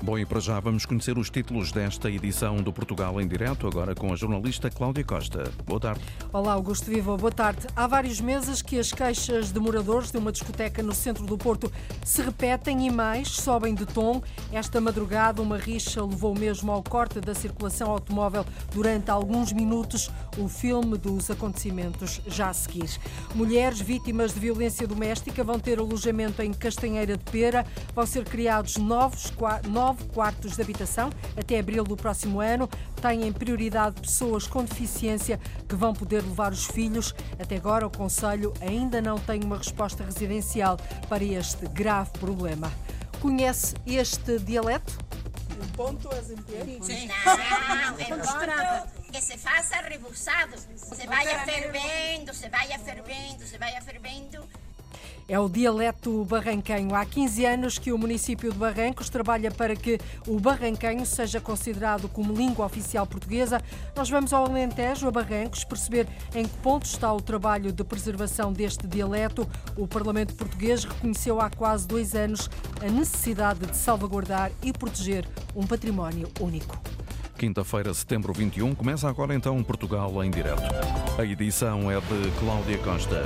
Bom, e para já vamos conhecer os títulos desta edição do Portugal em Direto, agora com a jornalista Cláudia Costa. Boa tarde. Olá, Augusto Viva, boa tarde. Há vários meses que as queixas de moradores de uma discoteca no centro do Porto se repetem e mais, sobem de tom. Esta madrugada, uma rixa levou mesmo ao corte da circulação automóvel durante alguns minutos. O filme dos acontecimentos já a seguir. Mulheres vítimas de violência doméstica vão ter alojamento em Castanheira de Pera. Vão ser criados 9 quartos de habitação até abril do próximo ano. Têm prioridade pessoas com deficiência que vão poder levar os filhos. Até agora, o Conselho ainda não tem uma resposta residencial para este grave problema. Conhece este dialeto? Ponto es en pie. Sí. Não, é ponto que se faça rebuçado. Se vai fervendo, se vai fervendo, se vai fervendo. É o dialeto barranquenho. Há 15 anos que o município de Barrancos trabalha para que o barranquenho seja considerado como língua oficial portuguesa. Nós vamos ao Alentejo, a Barrancos, perceber em que ponto está o trabalho de preservação deste dialeto. O Parlamento português reconheceu há quase 2 anos a necessidade de salvaguardar e proteger um património único. Quinta-feira, setembro 21, começa agora então Portugal em Direto. A edição é de Cláudia Costa.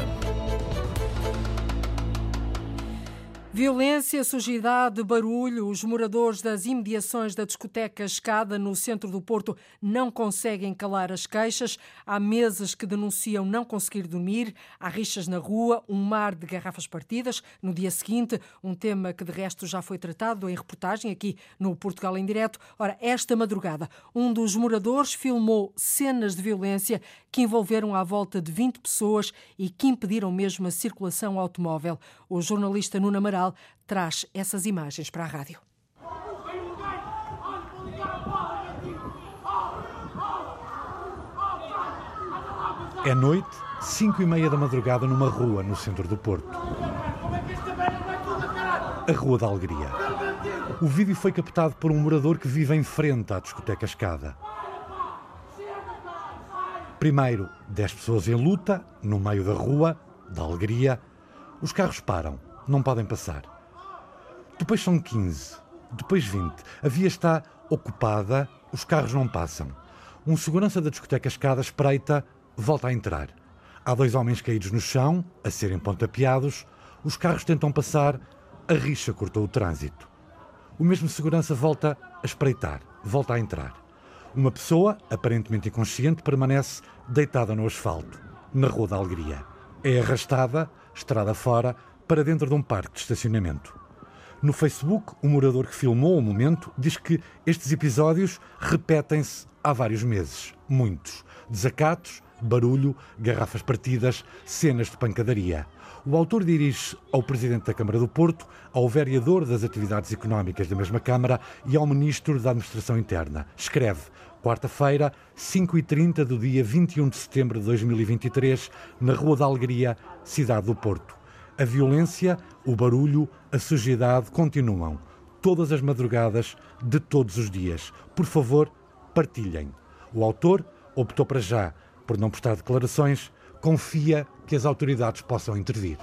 Violência, sujidade, barulho. Os moradores das imediações da discoteca Escada, no centro do Porto, não conseguem calar as queixas. Há meses que denunciam não conseguir dormir. Há rixas na rua, um mar de garrafas partidas. No dia seguinte, um tema que de resto já foi tratado em reportagem aqui no Portugal em Direto. Ora, esta madrugada, um dos moradores filmou cenas de violência que envolveram à volta de 20 pessoas e que impediram mesmo a circulação automóvel. O jornalista Nuno Amaral traz essas imagens para a rádio. É noite, 5h30 da madrugada, numa rua no centro do Porto. A Rua da Alegria. O vídeo foi captado por um morador que vive em frente à discoteca Escada. Primeiro, 10 pessoas em luta, no meio da Rua da Alegria. Os carros param, não podem passar. Depois são 15, depois 20. A via está ocupada, os carros não passam. Um segurança da discoteca Escada espreita, volta a entrar. Há 2 homens caídos no chão, a serem pontapeados. Os carros tentam passar, a rixa cortou o trânsito. O mesmo segurança volta a espreitar, volta a entrar. Uma pessoa, aparentemente inconsciente, permanece deitada no asfalto, na Rua da Alegria. É arrastada, estrada fora, para dentro de um parque de estacionamento. No Facebook, o morador que filmou o momento diz que estes episódios repetem-se há vários meses. Muitos. Desacatos, barulho, garrafas partidas, cenas de pancadaria. O autor dirige-se ao Presidente da Câmara do Porto, ao Vereador das Atividades Económicas da mesma Câmara e ao Ministro da Administração Interna. Escreve: quarta-feira, 5h30 do dia 21 de setembro de 2023, na Rua da Alegria, cidade do Porto. A violência, o barulho, a sujidade continuam. Todas as madrugadas de todos os dias. Por favor, partilhem. O autor optou para já por não prestar declarações, confia que as autoridades possam intervir.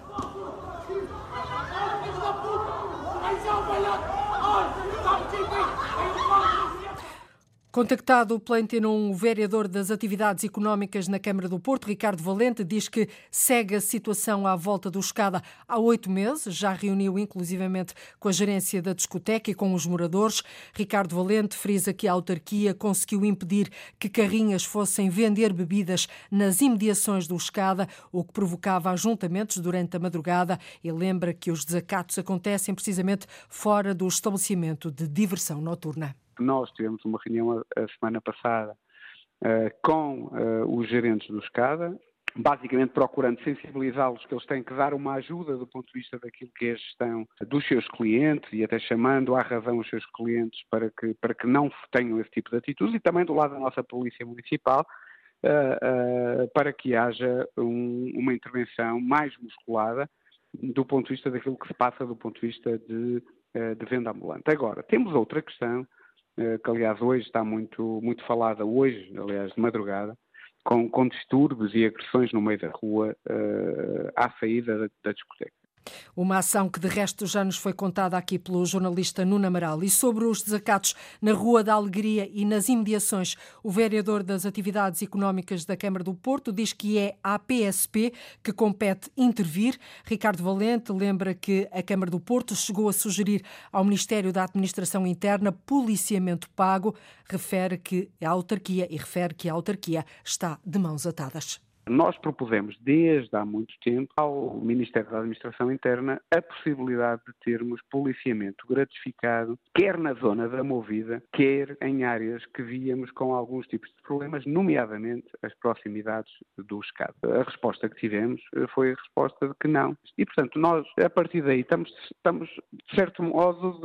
Contactado pela Antena 1, o vereador das Atividades Económicas na Câmara do Porto, Ricardo Valente, diz que segue a situação à volta do Escada há 8 meses, já reuniu inclusivamente com a gerência da discoteca e com os moradores. Ricardo Valente frisa que a autarquia conseguiu impedir que carrinhas fossem vender bebidas nas imediações do Escada, o que provocava ajuntamentos durante a madrugada, e lembra que os desacatos acontecem precisamente fora do estabelecimento de diversão noturna. Nós tivemos uma reunião a semana passada com os gerentes do Escada, basicamente procurando sensibilizá-los que eles têm que dar uma ajuda do ponto de vista daquilo que é a gestão dos seus clientes e até chamando à razão os seus clientes para que não tenham esse tipo de atitudes, e também do lado da nossa Polícia Municipal para que haja uma intervenção mais musculada do ponto de vista daquilo que se passa do ponto de vista de venda ambulante. Agora, temos outra questão que aliás hoje está muito falada, hoje, aliás, de madrugada, com distúrbios e agressões no meio da rua à saída da discoteca. Uma ação que, de resto, já nos foi contada aqui pelo jornalista Nuno Amaral. E sobre os desacatos na Rua da Alegria e nas imediações, o vereador das Atividades Económicas da Câmara do Porto diz que é à PSP que compete intervir. Ricardo Valente lembra que a Câmara do Porto chegou a sugerir ao Ministério da Administração Interna policiamento pago. Refere que a autarquia está de mãos atadas. Nós propusemos desde há muito tempo ao Ministério da Administração Interna a possibilidade de termos policiamento gratificado, quer na zona da Movida, quer em áreas que víamos com alguns tipos de problemas, nomeadamente as proximidades do escado. A resposta que tivemos foi a resposta de que não. E, portanto, nós, a partir daí, estamos de certo modo,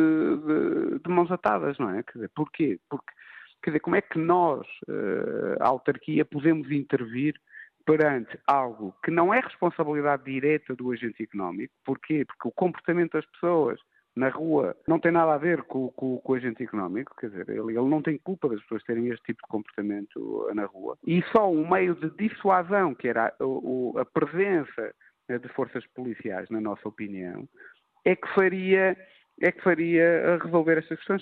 de mãos atadas, não é? Quer dizer, porquê? Porque, quer dizer, como é que nós, a autarquia, podemos intervir perante algo que não é responsabilidade direta do agente económico? Porquê? Porque o comportamento das pessoas na rua não tem nada a ver com o agente económico, quer dizer, ele não tem culpa das pessoas terem este tipo de comportamento na rua. E só um meio de dissuasão, que era a presença de forças policiais, na nossa opinião, é que faria resolver estas questões.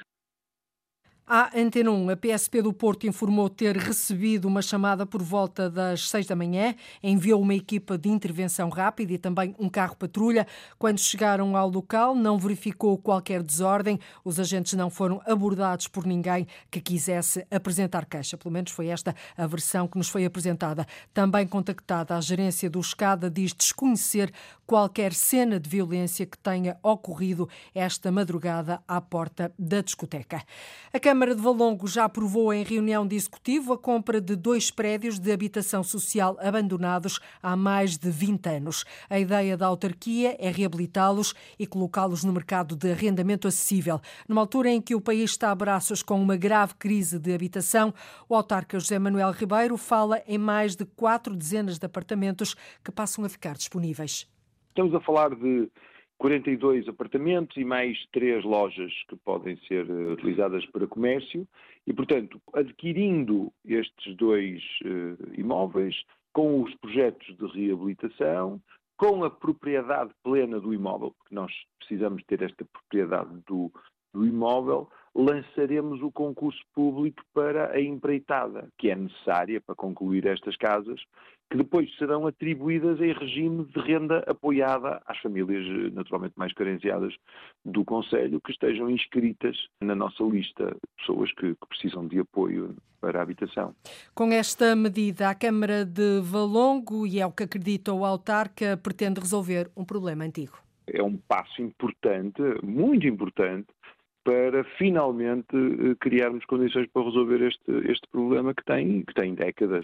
À Antena 1, a PSP do Porto informou ter recebido uma chamada por volta das 6 da manhã, enviou uma equipa de intervenção rápida e também um carro-patrulha. Quando chegaram ao local, não verificou qualquer desordem. Os agentes não foram abordados por ninguém que quisesse apresentar queixa. Pelo menos foi esta a versão que nos foi apresentada. Também contactada, a gerência do Escada diz desconhecer qualquer cena de violência que tenha ocorrido esta madrugada à porta da discoteca. A Câmara de Valongo já aprovou em reunião de executivo a compra de 2 prédios de habitação social abandonados há mais de 20 anos. A ideia da autarquia é reabilitá-los e colocá-los no mercado de arrendamento acessível. Numa altura em que o país está a braços com uma grave crise de habitação, o autarca José Manuel Ribeiro fala em mais de 4 dezenas de apartamentos que passam a ficar disponíveis. Estamos a falar de 42 apartamentos e mais 3 lojas que podem ser utilizadas para comércio e, portanto, adquirindo estes 2 imóveis, com os projetos de reabilitação, com a propriedade plena do imóvel, porque nós precisamos ter esta propriedade do imóvel, lançaremos o concurso público para a empreitada, que é necessária para concluir estas casas, que depois serão atribuídas em regime de renda apoiada às famílias naturalmente mais carenciadas do concelho, que estejam inscritas na nossa lista de pessoas que precisam de apoio para a habitação. Com esta medida, a Câmara de Valongo, e é o que acredita o autarca, pretende resolver um problema antigo. É um passo importante, muito importante, para finalmente criarmos condições para resolver este problema que tem décadas.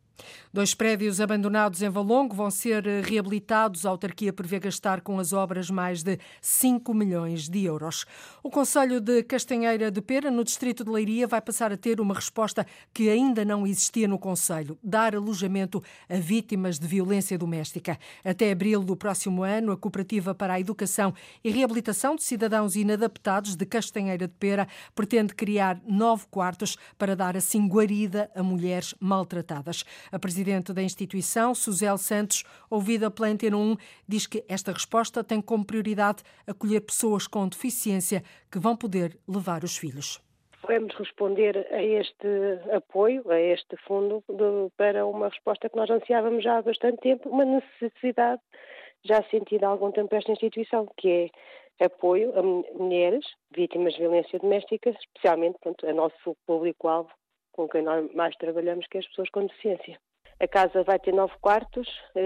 2 prédios abandonados em Valongo vão ser reabilitados. A autarquia prevê gastar com as obras mais de 5 milhões de euros. O concelho de Castanheira de Pera, no distrito de Leiria, vai passar a ter uma resposta que ainda não existia no concelho: dar alojamento a vítimas de violência doméstica. Até abril do próximo ano, a Cooperativa para a Educação e Reabilitação de Cidadãos Inadaptados de Castanheira de Pera pretende criar 9 quartos para dar assim guarida a mulheres maltratadas. A presidente da instituição, Suzelle Santos, ouvida pela Antena 1, diz que esta resposta tem como prioridade acolher pessoas com deficiência que vão poder levar os filhos. Podemos responder a este apoio, a este fundo, para uma resposta que nós ansiávamos já há bastante tempo, uma necessidade já sentida há algum tempo esta instituição, que é apoio a mulheres vítimas de violência doméstica, especialmente a nosso público-alvo, com quem nós mais trabalhamos, que é as pessoas com deficiência. A casa vai ter 9 quartos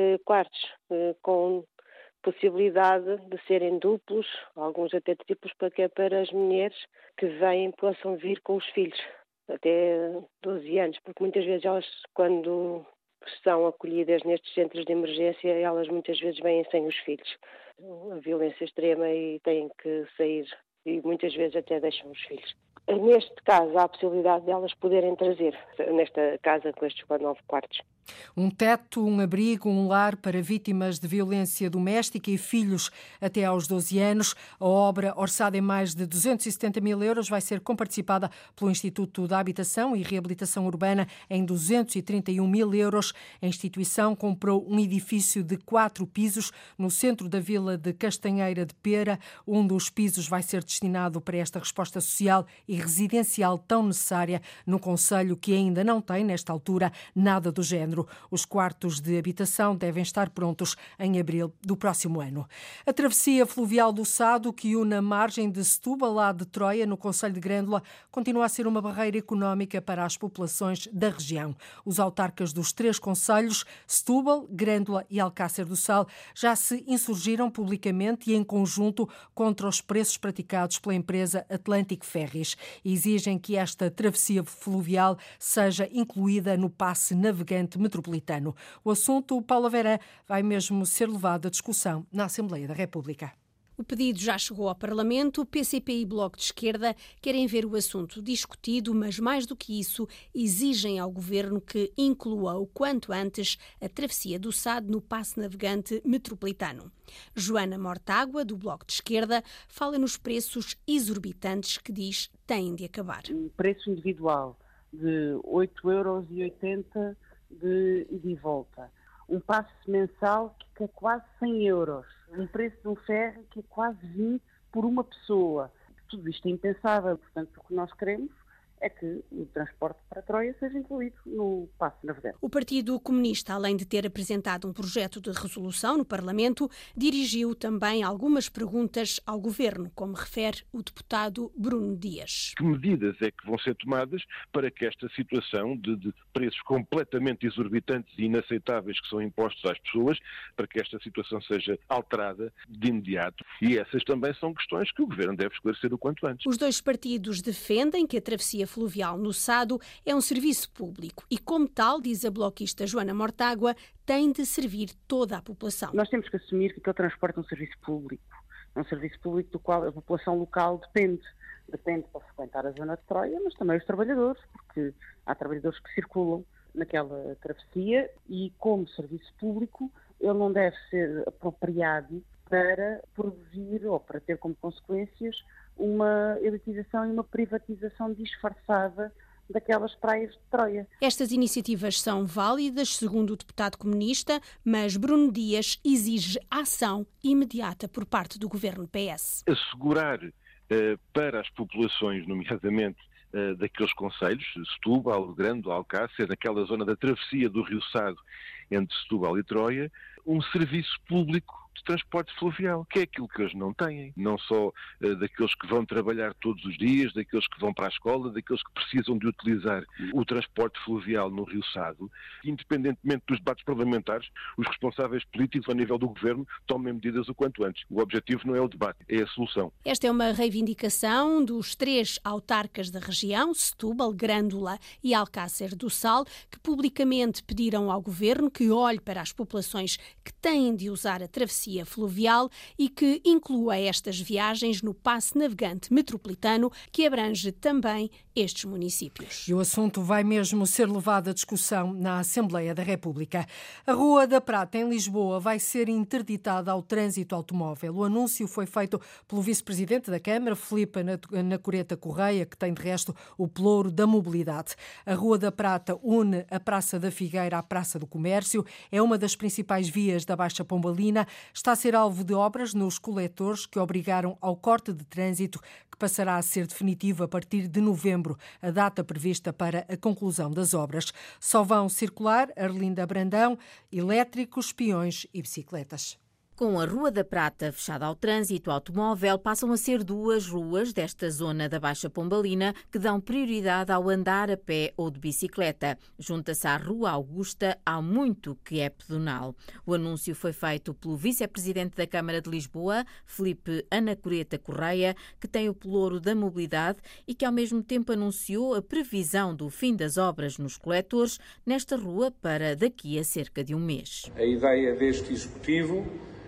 com possibilidade de serem duplos, alguns até triplos, para as mulheres que vêm possam vir com os filhos, até 12 anos, porque muitas vezes elas, quando são acolhidas nestes centros de emergência, elas muitas vezes vêm sem os filhos. A violência extrema e têm que sair e muitas vezes até deixam os filhos. Neste caso, há a possibilidade de elas poderem trazer, nesta casa com estes 9 quartos, Um teto, um abrigo, um lar para vítimas de violência doméstica e filhos até aos 12 anos. A obra, orçada em mais de 270 mil euros, vai ser comparticipada pelo Instituto da Habitação e Reabilitação Urbana em 231 mil euros. A instituição comprou um edifício de 4 pisos no centro da vila de Castanheira de Pera. Um dos pisos vai ser destinado para esta resposta social e residencial tão necessária no concelho, que ainda não tem, nesta altura, nada do género. Os quartos de habitação devem estar prontos em abril do próximo ano. A travessia fluvial do Sado, que une a margem de Setúbal à de Troia, no concelho de Grândola, continua a ser uma barreira económica para as populações da região. Os autarcas dos 3 concelhos, Setúbal, Grândola e Alcácer do Sal, já se insurgiram publicamente e em conjunto contra os preços praticados pela empresa Atlantic Ferries. Exigem que esta travessia fluvial seja incluída no passe navegante metropolitano. O assunto, Paula Verã, vai mesmo ser levado à discussão na Assembleia da República. O pedido já chegou ao Parlamento. O PCP e Bloco de Esquerda querem ver o assunto discutido, mas mais do que isso, exigem ao Governo que inclua o quanto antes a travessia do Sado no passe navegante metropolitano. Joana Mortágua, do Bloco de Esquerda, fala nos preços exorbitantes que diz têm de acabar. Um preço individual de 8,80 € de ida e volta. Um passe mensal que é quase 100 euros. Um preço de um ferry que é quase 20 por uma pessoa. Tudo isto é impensável. Portanto, o que nós queremos é que o transporte para Troia seja incluído no passe navegante. O Partido Comunista, além de ter apresentado um projeto de resolução no Parlamento, dirigiu também algumas perguntas ao Governo, como refere o deputado Bruno Dias. Que medidas é que vão ser tomadas para que esta situação de preços completamente exorbitantes e inaceitáveis que são impostos às pessoas, para que esta situação seja alterada de imediato? E essas também são questões que o Governo deve esclarecer o quanto antes. Os 2 partidos defendem que a travessia fluvial no Sado é um serviço público e, como tal, diz a bloquista Joana Mortágua, tem de servir toda a população. Nós temos que assumir que aquele transporte é um serviço público. É um serviço público do qual a população local depende. Depende para frequentar a zona de Troia, mas também os trabalhadores, porque há trabalhadores que circulam naquela travessia e, como serviço público, ele não deve ser apropriado para produzir ou para ter como consequências uma elitização e uma privatização disfarçada daquelas praias de Troia. Estas iniciativas são válidas, segundo o deputado comunista, mas Bruno Dias exige ação imediata por parte do governo PS. Assegurar para as populações, nomeadamente daqueles concelhos, Setúbal, Grândola, Alcácer, naquela zona da travessia do Rio Sado entre Setúbal e Troia, um serviço público de transporte fluvial, que é aquilo que eles não têm. Não só daqueles que vão trabalhar todos os dias, daqueles que vão para a escola, daqueles que precisam de utilizar o transporte fluvial no Rio Sado. Independentemente dos debates parlamentares, os responsáveis políticos a nível do Governo tomem medidas o quanto antes. O objetivo não é o debate, é a solução. Esta é uma reivindicação dos 3 autarcas da região, Setúbal, Grândola e Alcácer do Sal, que publicamente pediram ao Governo que olhe para as populações que têm de usar a travessia fluvial e que inclua estas viagens no passe navegante metropolitano, que abrange também estes municípios. E o assunto vai mesmo ser levado à discussão na Assembleia da República. A Rua da Prata, em Lisboa, vai ser interditada ao trânsito automóvel. O anúncio foi feito pelo vice-presidente da Câmara, Filipe Anacoreta Correia, que tem de resto o pelouro da mobilidade. A Rua da Prata une a Praça da Figueira à Praça do Comércio, é uma das principais vias da Baixa Pombalina, está a ser alvo de obras nos coletores que obrigaram ao corte de trânsito, que passará a ser definitivo a partir de novembro, a data prevista para a conclusão das obras. Só vão circular Arlinda Brandão, elétricos, peões e bicicletas. Com a Rua da Prata fechada ao trânsito automóvel, passam a ser 2 ruas desta zona da Baixa Pombalina que dão prioridade ao andar a pé ou de bicicleta. Junta-se à Rua Augusta, há muito que é pedonal. O anúncio foi feito pelo vice-presidente da Câmara de Lisboa, Filipe Anacoreta Correia, que tem o pelouro da mobilidade e que ao mesmo tempo anunciou a previsão do fim das obras nos coletores nesta rua para daqui a cerca de um mês. A ideia deste Executivo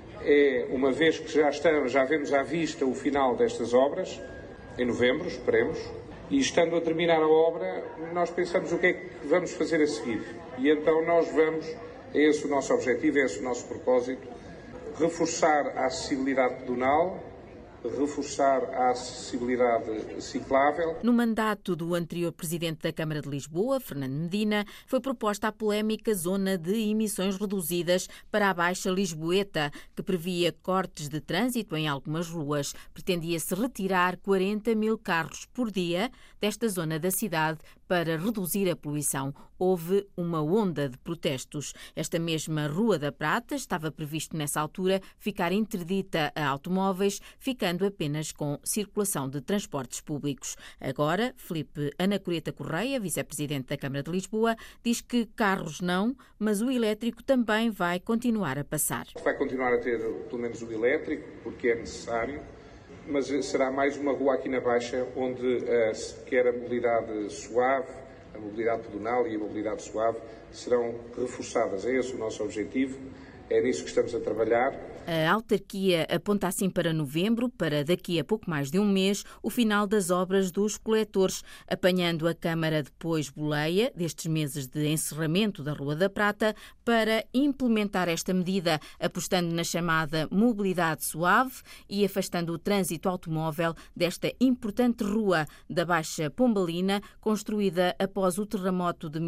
é, uma vez que já vemos à vista o final destas obras, em novembro, esperemos, E estando a terminar a obra, nós pensamos o que é que vamos fazer a seguir. E então nós vamos, é esse o nosso objetivo, é esse o nosso propósito, reforçar a acessibilidade pedonal, reforçar a acessibilidade ciclável. No mandato do anterior presidente da Câmara de Lisboa, Fernando Medina, foi proposta a polémica zona de emissões reduzidas para a Baixa Lisboeta, que previa cortes de trânsito em algumas ruas. Pretendia-se retirar 40 mil carros por dia desta zona da cidade para reduzir a poluição. Houve uma onda de protestos. Esta mesma Rua da Prata estava previsto nessa altura ficar interdita a automóveis, ficando apenas com circulação de transportes públicos. Agora, Filipe Anacoreta Correia, vice-presidente da Câmara de Lisboa, diz que carros não, mas o elétrico também vai continuar a passar. Vai continuar a ter pelo menos o elétrico, porque é necessário, mas será mais uma rua aqui na Baixa onde quer a mobilidade suave, a mobilidade pedonal e a mobilidade suave serão reforçadas. É esse o nosso objetivo, é nisso que estamos a trabalhar. A autarquia aponta assim para novembro, para daqui a pouco mais de um mês, o final das obras dos coletores, apanhando a Câmara depois boleia destes meses de encerramento da Rua da Prata para implementar esta medida, apostando na chamada mobilidade suave e afastando o trânsito automóvel desta importante rua da Baixa Pombalina, construída após o terremoto de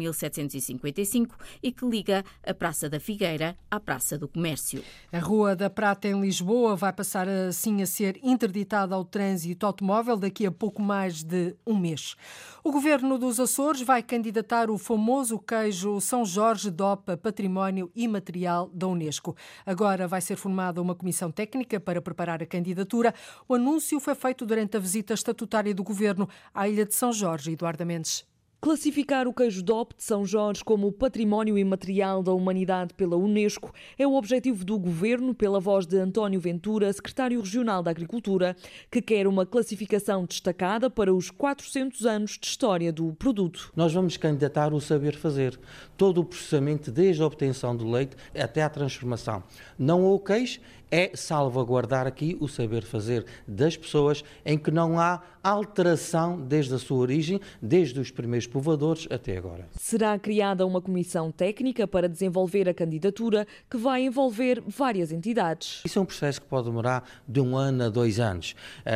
1755 e que liga a Praça da Figueira à Praça do Comércio. A Rua da Prata em Lisboa vai passar assim a ser interditada ao trânsito automóvel daqui a pouco mais de um mês. O Governo dos Açores vai candidatar o famoso queijo São Jorge DOP Património Imaterial da Unesco. Agora vai ser formada uma comissão técnica para preparar a candidatura. O anúncio foi feito durante a visita estatutária do Governo à Ilha de São Jorge. Eduardo Mendes. Classificar o queijo DOP de São Jorge como Património Imaterial da Humanidade pela Unesco é o objetivo do Governo, pela voz de António Ventura, secretário regional da Agricultura, que quer uma classificação destacada para os 400 anos de história do produto. Nós vamos candidatar o saber fazer, todo o processamento desde a obtenção do leite até à transformação. Não o queijo, é salvaguardar aqui o saber fazer das pessoas em que não há alteração desde a sua origem, desde os primeiros povoadores até agora. Será criada uma comissão técnica para desenvolver a candidatura que vai envolver várias entidades. Isso é um processo que pode demorar de 1 ano a 2 anos,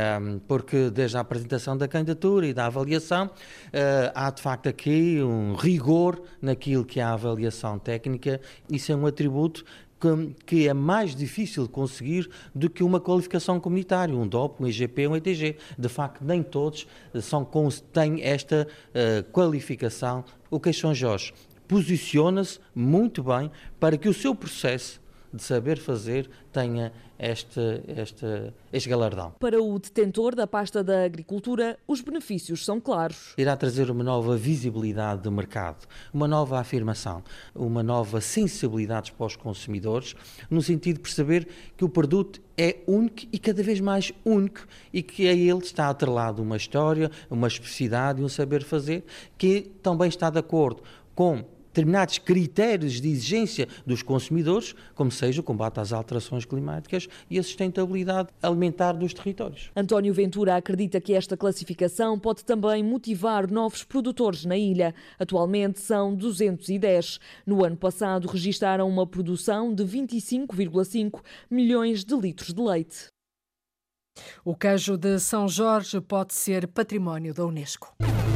porque desde a apresentação da candidatura e da avaliação, há de facto aqui um rigor naquilo que é a avaliação técnica. Isso é um atributo que é mais difícil de conseguir do que uma qualificação comunitária, um DOP, um EGP, um ETG. De facto, nem todos têm esta qualificação. O queijo São Jorge posiciona-se muito bem para que o seu processo de saber fazer tenha este galardão. Para o detentor da pasta da Agricultura, os benefícios são claros. Irá trazer uma nova visibilidade do mercado, uma nova afirmação, uma nova sensibilidade para os consumidores, no sentido de perceber que o produto é único e cada vez mais único e que a ele está atrelado uma história, uma especificidade e um saber fazer que também está de acordo com determinados critérios de exigência dos consumidores, como seja o combate às alterações climáticas e a sustentabilidade alimentar dos territórios. António Ventura acredita que esta classificação pode também motivar novos produtores na ilha. Atualmente são 210. No ano passado registaram uma produção de 25,5 milhões de litros de leite. O queijo de São Jorge pode ser património da Unesco.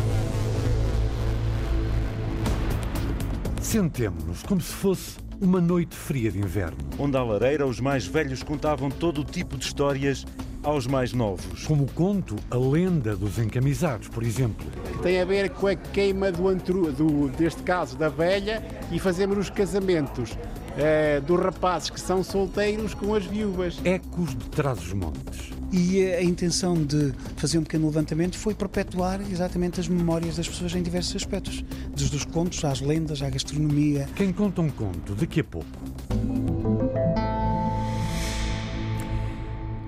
Sentemo-nos como se fosse uma noite fria de inverno. Onde à lareira os mais velhos contavam todo o tipo de histórias aos mais novos. Como o conto A Lenda dos Encamisados, por exemplo. Tem a ver com a queima deste caso da velha e fazemos os casamentos dos rapazes que são solteiros com as viúvas. Ecos de Trás-os-Montes. E a intenção de fazer um pequeno levantamento foi perpetuar exatamente as memórias das pessoas em diversos aspectos. Desde os contos às lendas, à gastronomia. Quem conta um conto, daqui a pouco. Há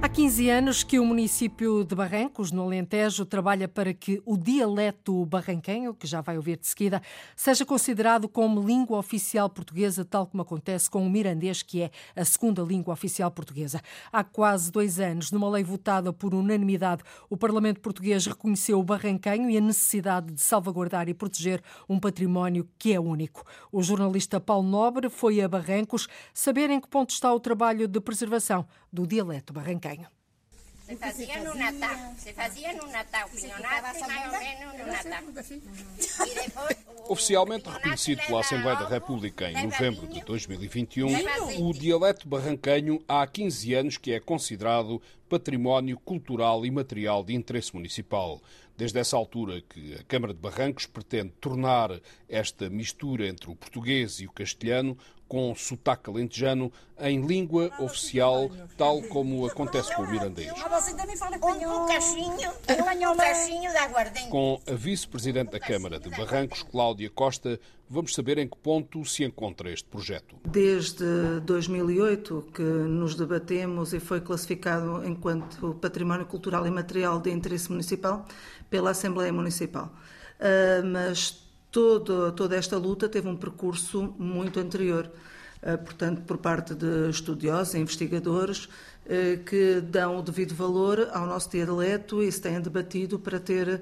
Há 15 anos que o município de Barrancos, no Alentejo, trabalha para que o dialeto barranquenho, que já vai ouvir de seguida, seja considerado como língua oficial portuguesa, tal como acontece com o mirandês, que é a segunda língua oficial portuguesa. Há quase 2 anos, numa lei votada por unanimidade, o Parlamento português reconheceu o barranquenho e a necessidade de salvaguardar e proteger um património que é único. O jornalista Paulo Nobre foi a Barrancos saber em que ponto está o trabalho de preservação do dialeto barranquenho. Se fazia no Natal, Pinhonato, mais ou menos no Natal. Oficialmente reconhecido pela Assembleia da República em novembro de 2021, o dialeto barranquenho há 15 anos que é considerado património cultural e material de interesse municipal. Desde essa altura que a Câmara de Barrancos pretende tornar esta mistura entre o português e o castelhano, com sotaque alentejano, em língua oficial, tal como acontece com o mirandês. Um bocadinho de aguardente. Com a vice-presidente da Câmara de Barrancos, Cláudia Costa, vamos saber em que ponto se encontra este projeto. Desde 2008 que nos debatemos e foi classificado enquanto património cultural e material de interesse municipal pela Assembleia Municipal. Mas toda esta luta teve um percurso muito anterior, portanto, por parte de estudiosos e investigadores que dão o devido valor ao nosso dialeto e se têm debatido para ter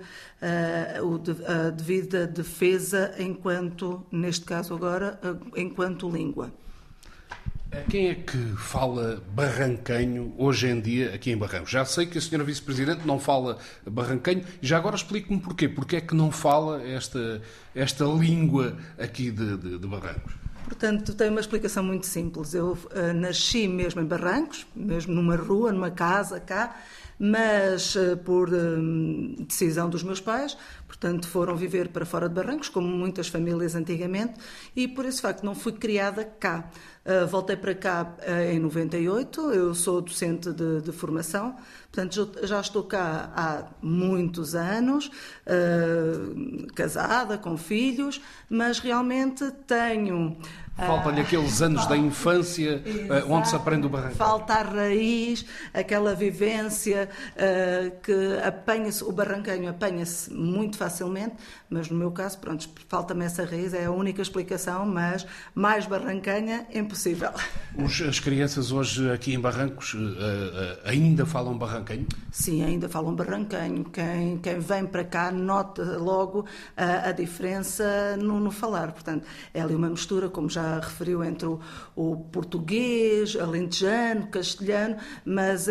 a devida defesa enquanto, neste caso agora, enquanto língua. Quem é que fala barranquenho hoje em dia aqui em Barrancos? Já sei que a senhora Vice-Presidente não fala barranquenho. Já agora explique-me porquê. Porquê é que não fala esta língua aqui de Barrancos? Portanto, tem uma explicação muito simples. Eu nasci mesmo em Barrancos, mesmo numa rua, numa casa cá, mas por decisão dos meus pais, portanto, foram viver para fora de Barrancos, como muitas famílias antigamente, e por esse facto não fui criada cá. Voltei para cá em 98, eu sou docente de formação, portanto já estou cá há muitos anos, casada, com filhos, mas realmente tenho... Faltam-lhe aqueles anos da infância onde se aprende o barranquenho. Falta a raiz, aquela vivência que apanha-se, o barranquenho apanha-se muito facilmente, mas no meu caso, pronto, falta-me essa raiz, é a única explicação, mas mais barranquenha é impossível. As crianças hoje aqui em Barrancos ainda falam barranquenho? Sim, ainda falam barranquenho. Quem vem para cá nota logo a diferença no falar. Portanto, é ali uma mistura, como já referiu, entre o português, alentejano, castelhano, mas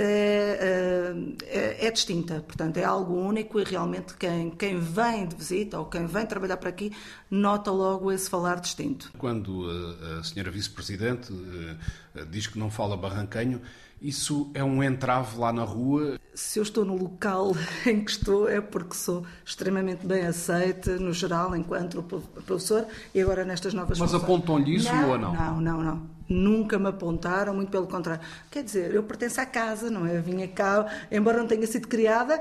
é distinta. Portanto, é algo único e realmente quem vem de visita ou quem vem trabalhar para aqui nota logo esse falar distinto. Quando a senhora Vice-Presidente diz que não fala barranquenho, isso é um entrave lá na rua? Se eu estou no local em que estou é porque sou extremamente bem aceite, no geral, enquanto professor, e agora nestas novas funções. Mas apontam-lhe isso ou não? Não. Nunca me apontaram, muito pelo contrário. Quer dizer, eu pertenço à casa, não é? Eu vinha cá, embora não tenha sido criada...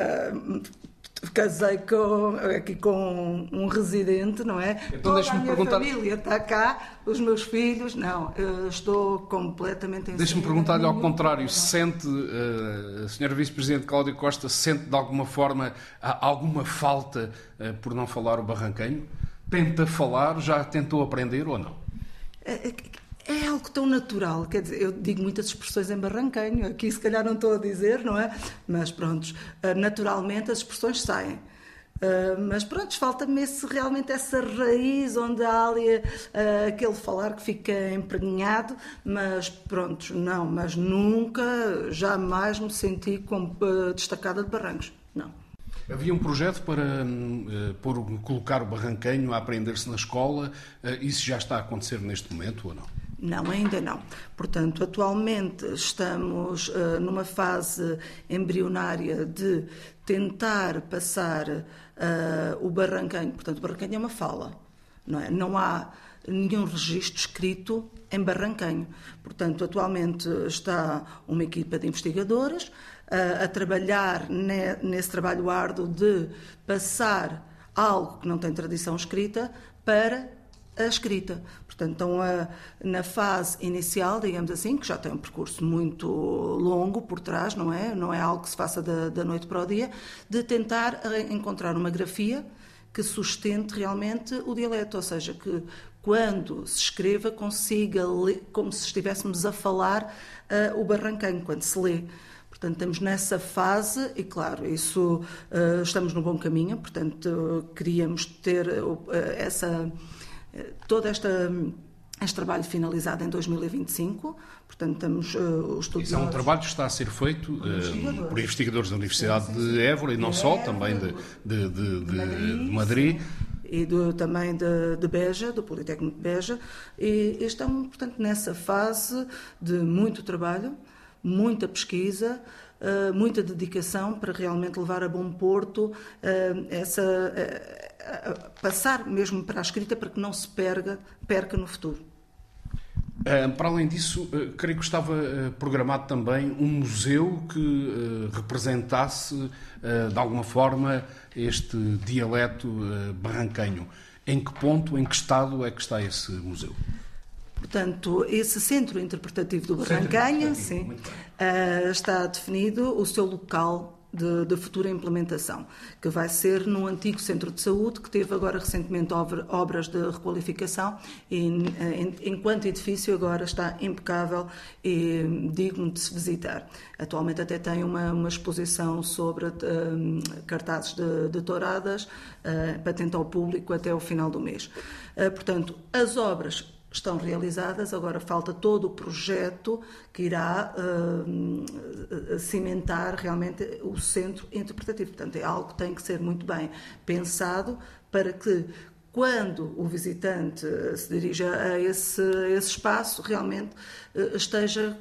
Casei aqui com um residente, não é? Então toda a minha família está cá, os meus filhos, não, eu estou completamente... Deixe-me perguntar-lhe ao contrário, sente, a senhora Vice-Presidente Cláudia Costa, sente de alguma forma alguma falta por não falar o barranquenho? Tenta falar, já tentou aprender ou não? É algo tão natural, quer dizer, eu digo muitas expressões em barranquenho, aqui se calhar não estou a dizer, não é? Mas pronto, naturalmente as expressões saem. Mas pronto, falta-me realmente essa raiz onde há ali aquele falar que fica empregnado, mas pronto, não, mas nunca, jamais me senti como destacada de Barrancos, não. Havia um projeto para colocar o barranquenho a aprender-se na escola, isso já está a acontecer neste momento ou não? Não, ainda não. Portanto, atualmente estamos numa fase embrionária de tentar passar o barranquenho. Portanto, o barranquenho é uma fala, não é? Não há nenhum registro escrito em barranquenho. Portanto, atualmente está uma equipa de investigadores a trabalhar nesse trabalho árduo de passar algo que não tem tradição escrita para a escrita. Portanto, estão na fase inicial, digamos assim, que já tem um percurso muito longo por trás, não é algo que se faça da noite para o dia, de tentar encontrar uma grafia que sustente realmente o dialeto, ou seja, que quando se escreva consiga ler, como se estivéssemos a falar o barranquenho, quando se lê. Portanto, estamos nessa fase e, claro, isso estamos no bom caminho, portanto, queríamos ter todo este trabalho finalizado em 2025, portanto, estamos os estudos... Isso é um trabalho que está a ser feito por investigadores da Universidade de Évora e não só, também de Madrid. E também de Beja, do Politécnico de Beja, e estamos, portanto, nessa fase de muito trabalho, muita pesquisa, muita dedicação para realmente levar a bom porto passar mesmo para a escrita para que não se perca no futuro. Para além disso, creio que estava programado também um museu que representasse de alguma forma este dialeto barranquenho. Em que ponto, em que estado é que está esse museu? Portanto, esse Centro Interpretativo do Barranquenho está definido o seu local de futura implementação, que vai ser no antigo Centro de Saúde, que teve agora recentemente obras de requalificação e, enquanto edifício, agora está impecável e digno de se visitar. Atualmente até tem uma exposição sobre cartazes de touradas, patente ao público até o final do mês. Portanto, as obras estão realizadas, agora falta todo o projeto que irá cimentar realmente o centro interpretativo. Portanto, é algo que tem que ser muito bem pensado para que, quando o visitante se dirija a esse espaço, realmente esteja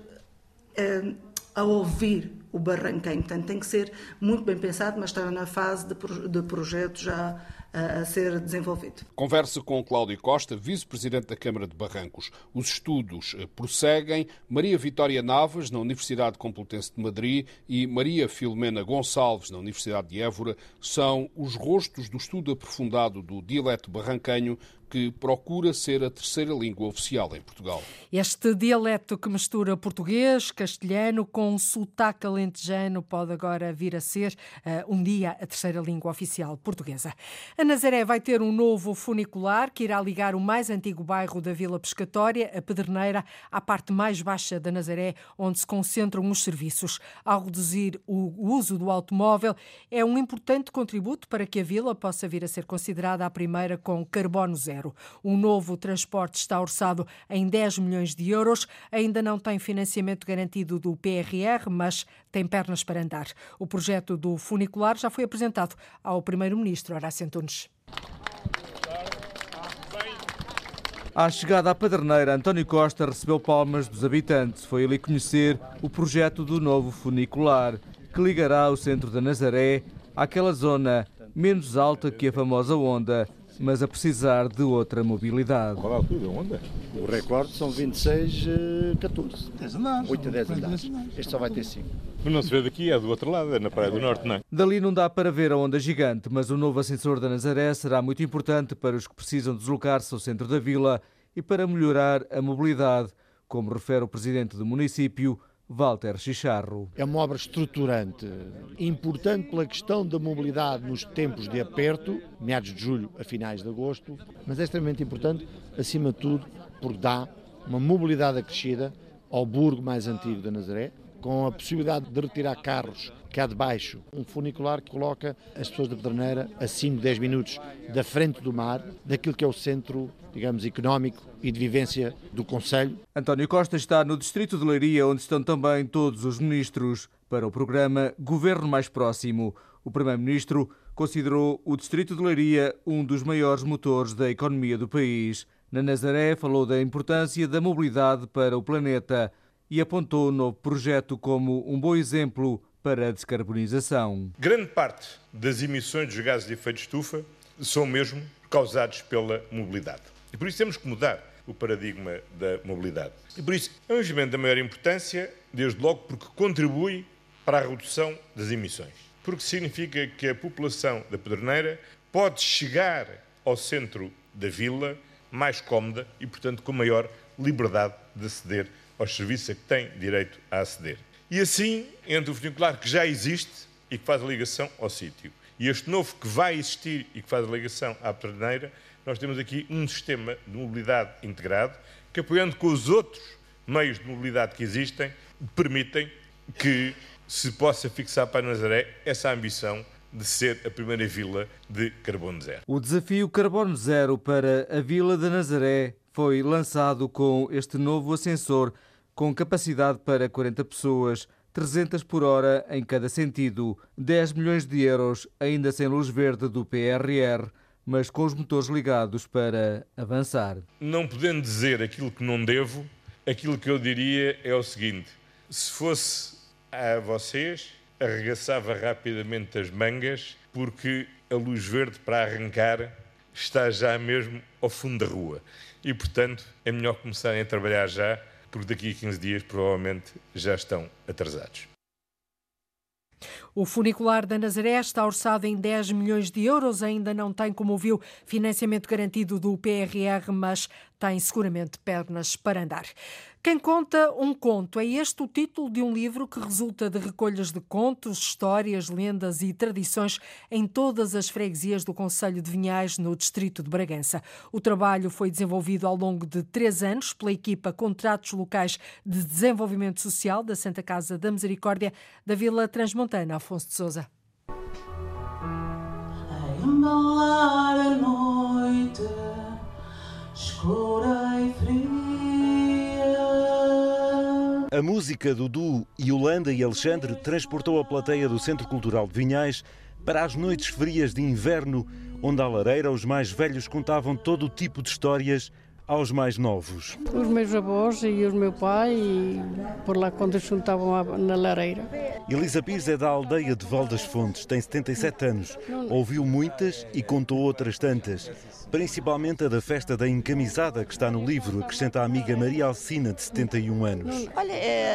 a ouvir o barranquenho. Portanto, tem que ser muito bem pensado, mas está na fase de projeto já a ser desenvolvido. Conversa com Cláudio Costa, vice-presidente da Câmara de Barrancos. Os estudos prosseguem. Maria Vitória Navas, na Universidade Complutense de Madrid, e Maria Filomena Gonçalves, na Universidade de Évora, são os rostos do estudo aprofundado do dialeto barranquenho, que procura ser a terceira língua oficial em Portugal. Este dialeto que mistura português, castelhano com sotaque alentejano pode agora vir a ser um dia a terceira língua oficial portuguesa. A Nazaré vai ter um novo funicular que irá ligar o mais antigo bairro da Vila Pescatória, a Pedreneira, à parte mais baixa da Nazaré, onde se concentram os serviços. Ao reduzir o uso do automóvel, é um importante contributo para que a vila possa vir a ser considerada a primeira com carbono zero. O novo transporte está orçado em 10 milhões de euros. Ainda não tem financiamento garantido do PRR, mas tem pernas para andar. O projeto do funicular já foi apresentado ao primeiro-ministro Horácio Antunes. À chegada à Pedreneira, António Costa recebeu palmas dos habitantes. Foi ali conhecer o projeto do novo funicular, que ligará o centro da Nazaré àquela zona menos alta que a famosa Onda, mas a precisar de outra mobilidade. Qual é a altura? Onda? O recorde são 26, 14. 10 andares. 8 a 10 andares. Este só vai ter 5. Mas não se vê daqui, é do outro lado, é na Praia do Norte, não é? Dali não dá para ver a Onda gigante, mas o novo ascensor da Nazaré será muito importante para os que precisam deslocar-se ao centro da vila e para melhorar a mobilidade, como refere o presidente do município, Walter Chicharro. É uma obra estruturante, importante pela questão da mobilidade nos tempos de aperto, meados de julho a finais de agosto, mas é extremamente importante, acima de tudo, porque dá uma mobilidade acrescida ao burgo mais antigo da Nazaré, com a possibilidade de retirar carros cá de baixo, um funicular que coloca as pessoas da Pedreneira a 5, 10 minutos da frente do mar, daquilo que é o centro, digamos, económico e de vivência do concelho. António Costa está no distrito de Leiria, onde estão também todos os ministros, para o programa Governo Mais Próximo. O primeiro-ministro considerou o distrito de Leiria um dos maiores motores da economia do país. Na Nazaré falou da importância da mobilidade para o planeta e apontou o novo projeto como um bom exemplo para a descarbonização. Grande parte das emissões dos gases de efeito de estufa são mesmo causados pela mobilidade. E por isso temos que mudar o paradigma da mobilidade. E por isso é um investimento da maior importância, desde logo porque contribui para a redução das emissões. Porque significa que a população da Pedreneira pode chegar ao centro da vila mais cómoda e, portanto, com maior liberdade de aceder aos serviços a que tem direito a aceder. E assim, entre o funicular que já existe e que faz a ligação ao sítio e este novo que vai existir e que faz a ligação à Pedroneira, nós temos aqui um sistema de mobilidade integrado que, apoiando com os outros meios de mobilidade que existem, permitem que se possa fixar para Nazaré essa ambição de ser a primeira vila de carbono zero. O desafio Carbono Zero para a Vila de Nazaré foi lançado com este novo ascensor com capacidade para 40 pessoas, 300 por hora em cada sentido, 10 milhões de euros, ainda sem luz verde do PRR, mas com os motores ligados para avançar. Não podendo dizer aquilo que não devo, aquilo que eu diria é o seguinte: se fosse a vocês, arregaçava rapidamente as mangas, porque a luz verde para arrancar está já mesmo ao fundo da rua. E, portanto, é melhor começarem a trabalhar já, porque daqui a 15 dias provavelmente já estão atrasados. O funicular da Nazaré está orçado em 10 milhões de euros, ainda não tem, como ouviu, financiamento garantido do PRR, mas tem seguramente pernas para andar. Quem conta um conto, é este o título de um livro que resulta de recolhas de contos, histórias, lendas e tradições em todas as freguesias do concelho de Vinhais, no distrito de Bragança. O trabalho foi desenvolvido ao longo de 3 anos pela equipa Contratos Locais de Desenvolvimento Social da Santa Casa da Misericórdia da Vila Transmontana. Afonso de Sousa. A embalar a noite escura e fria. A música do duo Yolanda e Alexandre transportou a plateia do Centro Cultural de Vinhais para as noites frias de inverno, onde à lareira os mais velhos contavam todo o tipo de histórias aos mais novos. Os meus avós e o meu pai, e por lá quando se juntavam na lareira. Elisa Pires é da aldeia de Val das Fontes, tem 77 anos, ouviu muitas e contou outras tantas, principalmente a da festa da encamisada que está no livro, acrescenta a amiga Maria Alcina, de 71 anos. Olha,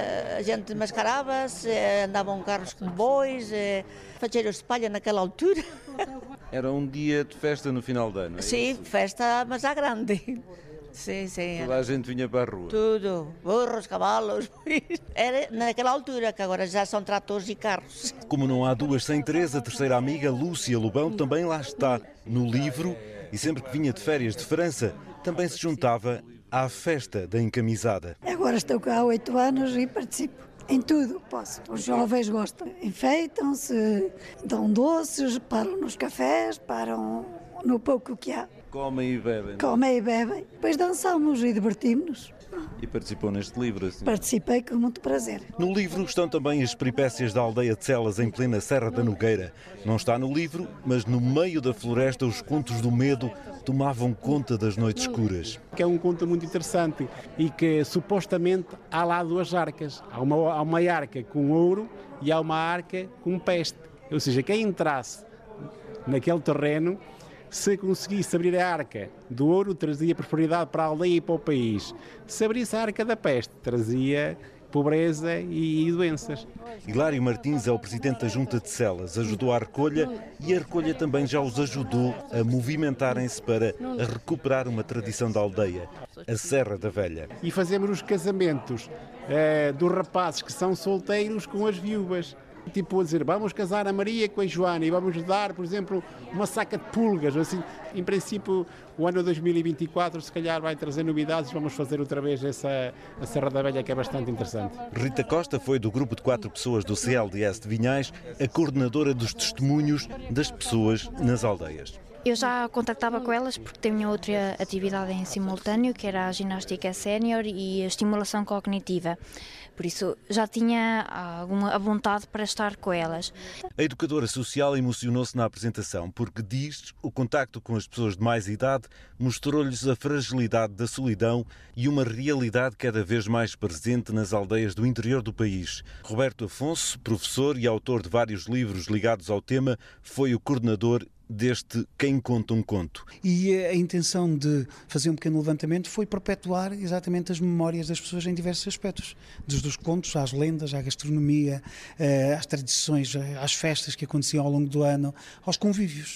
a gente mascarava-se, andavam carros de bois, fazeiros de palha naquela altura. Era um dia de festa no final do ano, é? Sim, festa, mas à grande. Sim, sim. Toda a gente vinha para a rua. Tudo, burros, cavalos. Era naquela altura, que agora já são tratores e carros. Como não há duas sem três, a terceira amiga, Lúcia Lobão, também lá está, no livro, e sempre que vinha de férias de França, também se juntava à festa da encamisada. Agora estou cá há 8 anos e participo. Em tudo posso. Os jovens gostam. Enfeitam-se, dão doces, param nos cafés, param no pouco que há. Comem e bebem. Comem e bebem. Depois dançamos e divertimos-nos. E participou neste livro, assim? Participei com muito prazer. No livro estão também as peripécias da aldeia de Celas, em plena Serra da Nogueira. Não está no livro, mas no meio da floresta os contos do medo tomavam conta das noites escuras. Que é um conto muito interessante e que supostamente há lá 2 arcas. Há uma arca com ouro e há uma arca com peste. Ou seja, quem entrasse naquele terreno, se conseguisse abrir a arca do ouro, trazia prosperidade para a aldeia e para o país. Se abrisse a arca da peste, trazia pobreza e doenças. Hilário Martins é o presidente da Junta de Celas, ajudou à recolha e a recolha também já os ajudou a movimentarem-se para recuperar uma tradição da aldeia, a Serra da Velha. E fazemos os casamentos dos rapazes que são solteiros com as viúvas. Tipo a dizer, vamos casar a Maria com a Joana e vamos dar, por exemplo, uma saca de pulgas. Assim, em princípio, o ano 2024 se calhar vai trazer novidades e vamos fazer outra vez a Serra da Velha, que é bastante interessante. Rita Costa foi do grupo de 4 pessoas do CLDS de Vinhais, a coordenadora dos testemunhos das pessoas nas aldeias. Eu já contactava com elas porque tenho outra atividade em simultâneo, que era a ginástica sénior e a estimulação cognitiva. Por isso já tinha alguma vontade para estar com elas. A educadora social emocionou-se na apresentação porque, diz, o contacto com as pessoas de mais idade mostrou-lhes a fragilidade da solidão e uma realidade cada vez mais presente nas aldeias do interior do país. Roberto Afonso, professor e autor de vários livros ligados ao tema, foi o coordenador deste Quem Conta um Conto. E a intenção de fazer um pequeno levantamento foi perpetuar exatamente as memórias das pessoas em diversos aspectos, desde os contos às lendas, à gastronomia, às tradições, às festas que aconteciam ao longo do ano, aos convívios.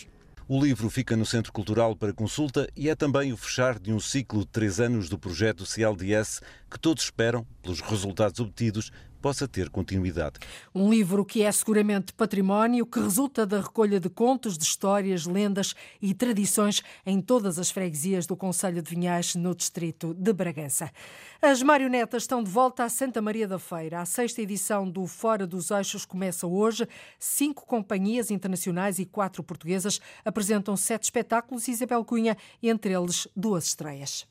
O livro fica no Centro Cultural para consulta e é também o fechar de um ciclo de 3 anos do projeto CLDS que todos esperam, pelos resultados obtidos, possa ter continuidade. Um livro que é seguramente património, que resulta da recolha de contos, de histórias, lendas e tradições em todas as freguesias do concelho de Vinhais, no distrito de Bragança. As marionetas estão de volta a Santa Maria da Feira. A 6ª edição do Fora dos Eixos começa hoje. 5 companhias internacionais e 4 portuguesas apresentam 7 espetáculos. Isabel Cunha, entre eles 2 estreias.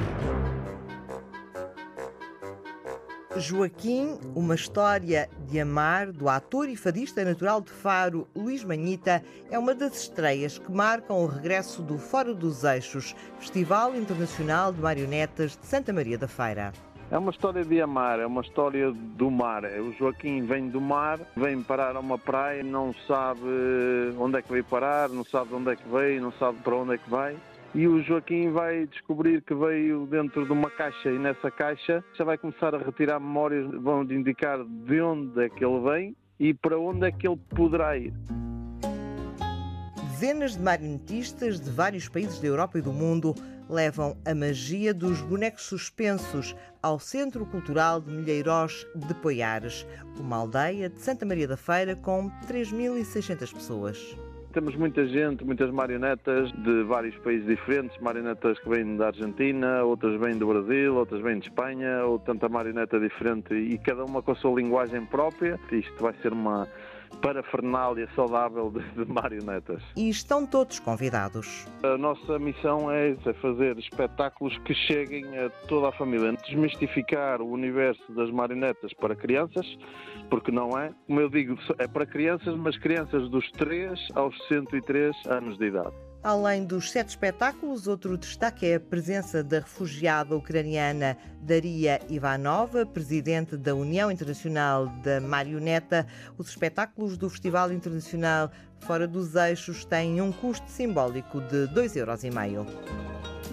Joaquim, uma história de amar, do ator e fadista natural de Faro, Luís Manhita, é uma das estreias que marcam o regresso do Fora dos Eixos, Festival Internacional de Marionetas de Santa Maria da Feira. É uma história de amar, é uma história do mar. O Joaquim vem do mar, vem parar a uma praia, não sabe onde é que veio parar, não sabe de onde é que veio, não sabe para onde é que vai. E o Joaquim vai descobrir que veio dentro de uma caixa e nessa caixa já vai começar a retirar memórias, vão indicar de onde é que ele vem e para onde é que ele poderá ir. Dezenas de marionetistas de vários países da Europa e do mundo levam a magia dos bonecos suspensos ao Centro Cultural de Milheirós de Poiares, uma aldeia de Santa Maria da Feira com 3.600 pessoas. Temos muita gente, muitas marionetas de vários países diferentes, marionetas que vêm da Argentina, outras vêm do Brasil, outras vêm de Espanha, ou tanta marioneta diferente e cada uma com a sua linguagem própria. Isto vai ser uma parafernália saudável de marionetas. E estão todos convidados. A nossa missão é fazer espetáculos que cheguem a toda a família. Desmistificar o universo das marionetas para crianças, porque não é, como eu digo, é para crianças, mas crianças dos 3 aos 103 anos de idade. Além dos 7 espetáculos, outro destaque é a presença da refugiada ucraniana Daria Ivanova, presidente da União Internacional da Marioneta. Os espetáculos do Festival Internacional Fora dos Eixos têm um custo simbólico de 2,5 €.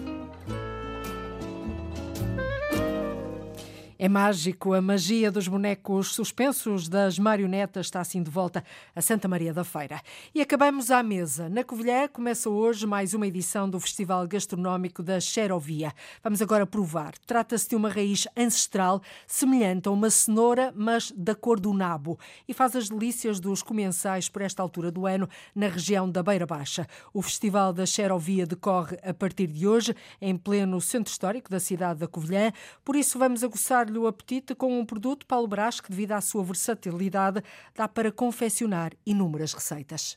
É mágico, a magia dos bonecos suspensos das marionetas está assim de volta a Santa Maria da Feira. E acabamos à mesa. Na Covilhã começa hoje mais uma edição do Festival Gastronómico da Xerovia. Vamos agora provar. Trata-se de uma raiz ancestral semelhante a uma cenoura, mas da cor do nabo, e faz as delícias dos comensais por esta altura do ano na região da Beira Baixa. O Festival da Xerovia decorre a partir de hoje em pleno centro histórico da cidade da Covilhã. Por isso vamos aguçar o apetite com um produto, Paulo Brás, que devido à sua versatilidade dá para confeccionar inúmeras receitas.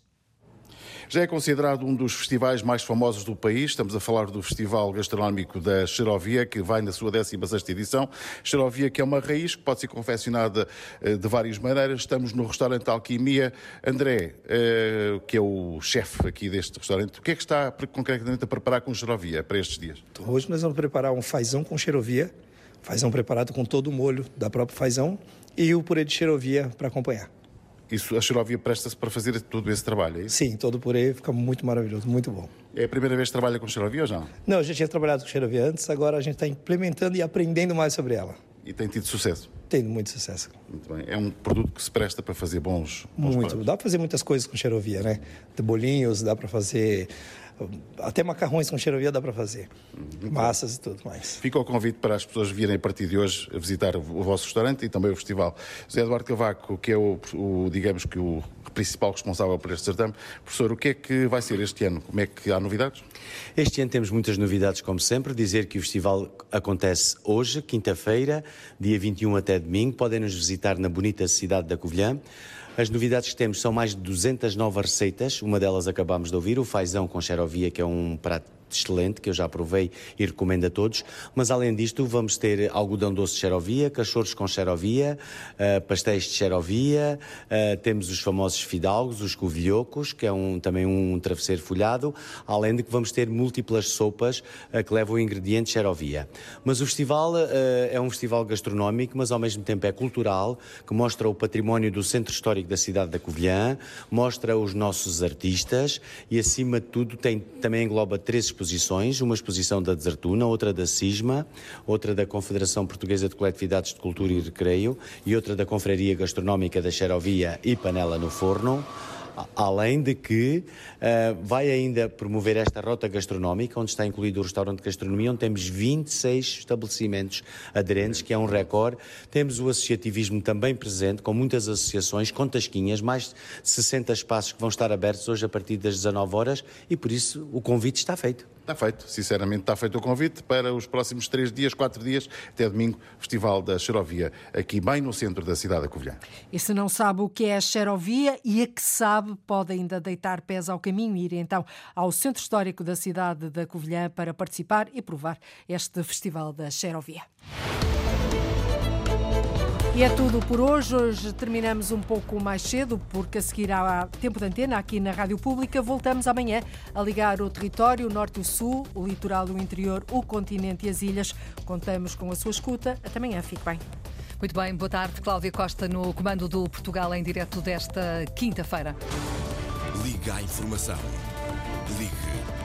Já é considerado um dos festivais mais famosos do país. Estamos a falar do Festival Gastronómico da Xerovia, que vai na sua 16ª edição. Xerovia, que é uma raiz que pode ser confeccionada de várias maneiras. Estamos no restaurante Alquimia. André, que é o chefe aqui deste restaurante, o que é que está concretamente a preparar com Xerovia para estes dias? Hoje nós vamos preparar um fazão com Xerovia. Fazão preparado com todo o molho da própria fazão e o purê de Xerovia para acompanhar. Isso, a Xerovia presta-se para fazer todo esse trabalho, é isso? Sim, todo o purê fica muito maravilhoso, muito bom. É a primeira vez que trabalha com Xerovia ou já? Não, eu já tinha trabalhado com Xerovia antes, agora a gente está implementando e aprendendo mais sobre ela. E tem tido sucesso? Tendo muito sucesso. Muito bem. É um produto que se presta para fazer bons muito. Pratos. Dá para fazer muitas coisas com Xerovia, né? De bolinhos, dá para fazer... Até macarrões com Xerovia dá para fazer. Massas e tudo mais. Fica o convite para as pessoas virem a partir de hoje a visitar o vosso restaurante e também o festival. José Eduardo Cavaco, que é digamos que o principal responsável por este certame. Professor, o que é que vai ser este ano? Como é que há novidades? Este ano temos muitas novidades, como sempre. Dizer que o festival acontece hoje, quinta-feira, dia 21 até domingo. Podem nos visitar na bonita cidade da Covilhã. As novidades que temos são mais de 200 novas receitas. Uma delas acabámos de ouvir, o fazão com Xerovia, que é um prato excelente, que eu já provei e recomendo a todos. Mas além disto, vamos ter algodão doce de Xerovia, cachorros com Xerovia, pastéis de Xerovia, temos os famosos fidalgos, os covilhocos, que é também um travesseiro folhado, além de que vamos ter múltiplas sopas que levam o ingrediente Xerovia. Mas o festival é um festival gastronómico, mas ao mesmo tempo é cultural, que mostra o património do centro histórico da cidade da Covilhã, mostra os nossos artistas e, acima de tudo, também engloba 3 exposições, uma exposição da Desertuna, outra da CISMA, outra da Confederação Portuguesa de Coletividades de Cultura e Recreio e outra da Confraria Gastronómica da Xerovia e Panela no Forno. Além de que vai ainda promover esta rota gastronómica, onde está incluído o restaurante de gastronomia, onde temos 26 estabelecimentos aderentes, que é um recorde. Temos o associativismo também presente, com muitas associações, com tasquinhas, mais de 60 espaços que vão estar abertos hoje a partir das 19 horas e, por isso, o convite está feito. Está feito, sinceramente está feito o convite para os próximos 3 dias, 4 dias, até domingo, Festival da Xerovia, aqui bem no centro da cidade da Covilhã. E se não sabe o que é a Xerovia e a que sabe, pode ainda deitar pés ao caminho e ir então ao Centro Histórico da cidade da Covilhã para participar e provar este Festival da Xerovia. E é tudo por hoje. Hoje terminamos um pouco mais cedo, porque a seguir há tempo de antena aqui na Rádio Pública. Voltamos amanhã a ligar o território, o norte e o sul, o litoral e o interior, o continente e as ilhas. Contamos com a sua escuta. Até amanhã. Fique bem. Muito bem. Boa tarde. Cláudia Costa no comando do Portugal em direto desta quinta-feira. Liga à informação. Ligue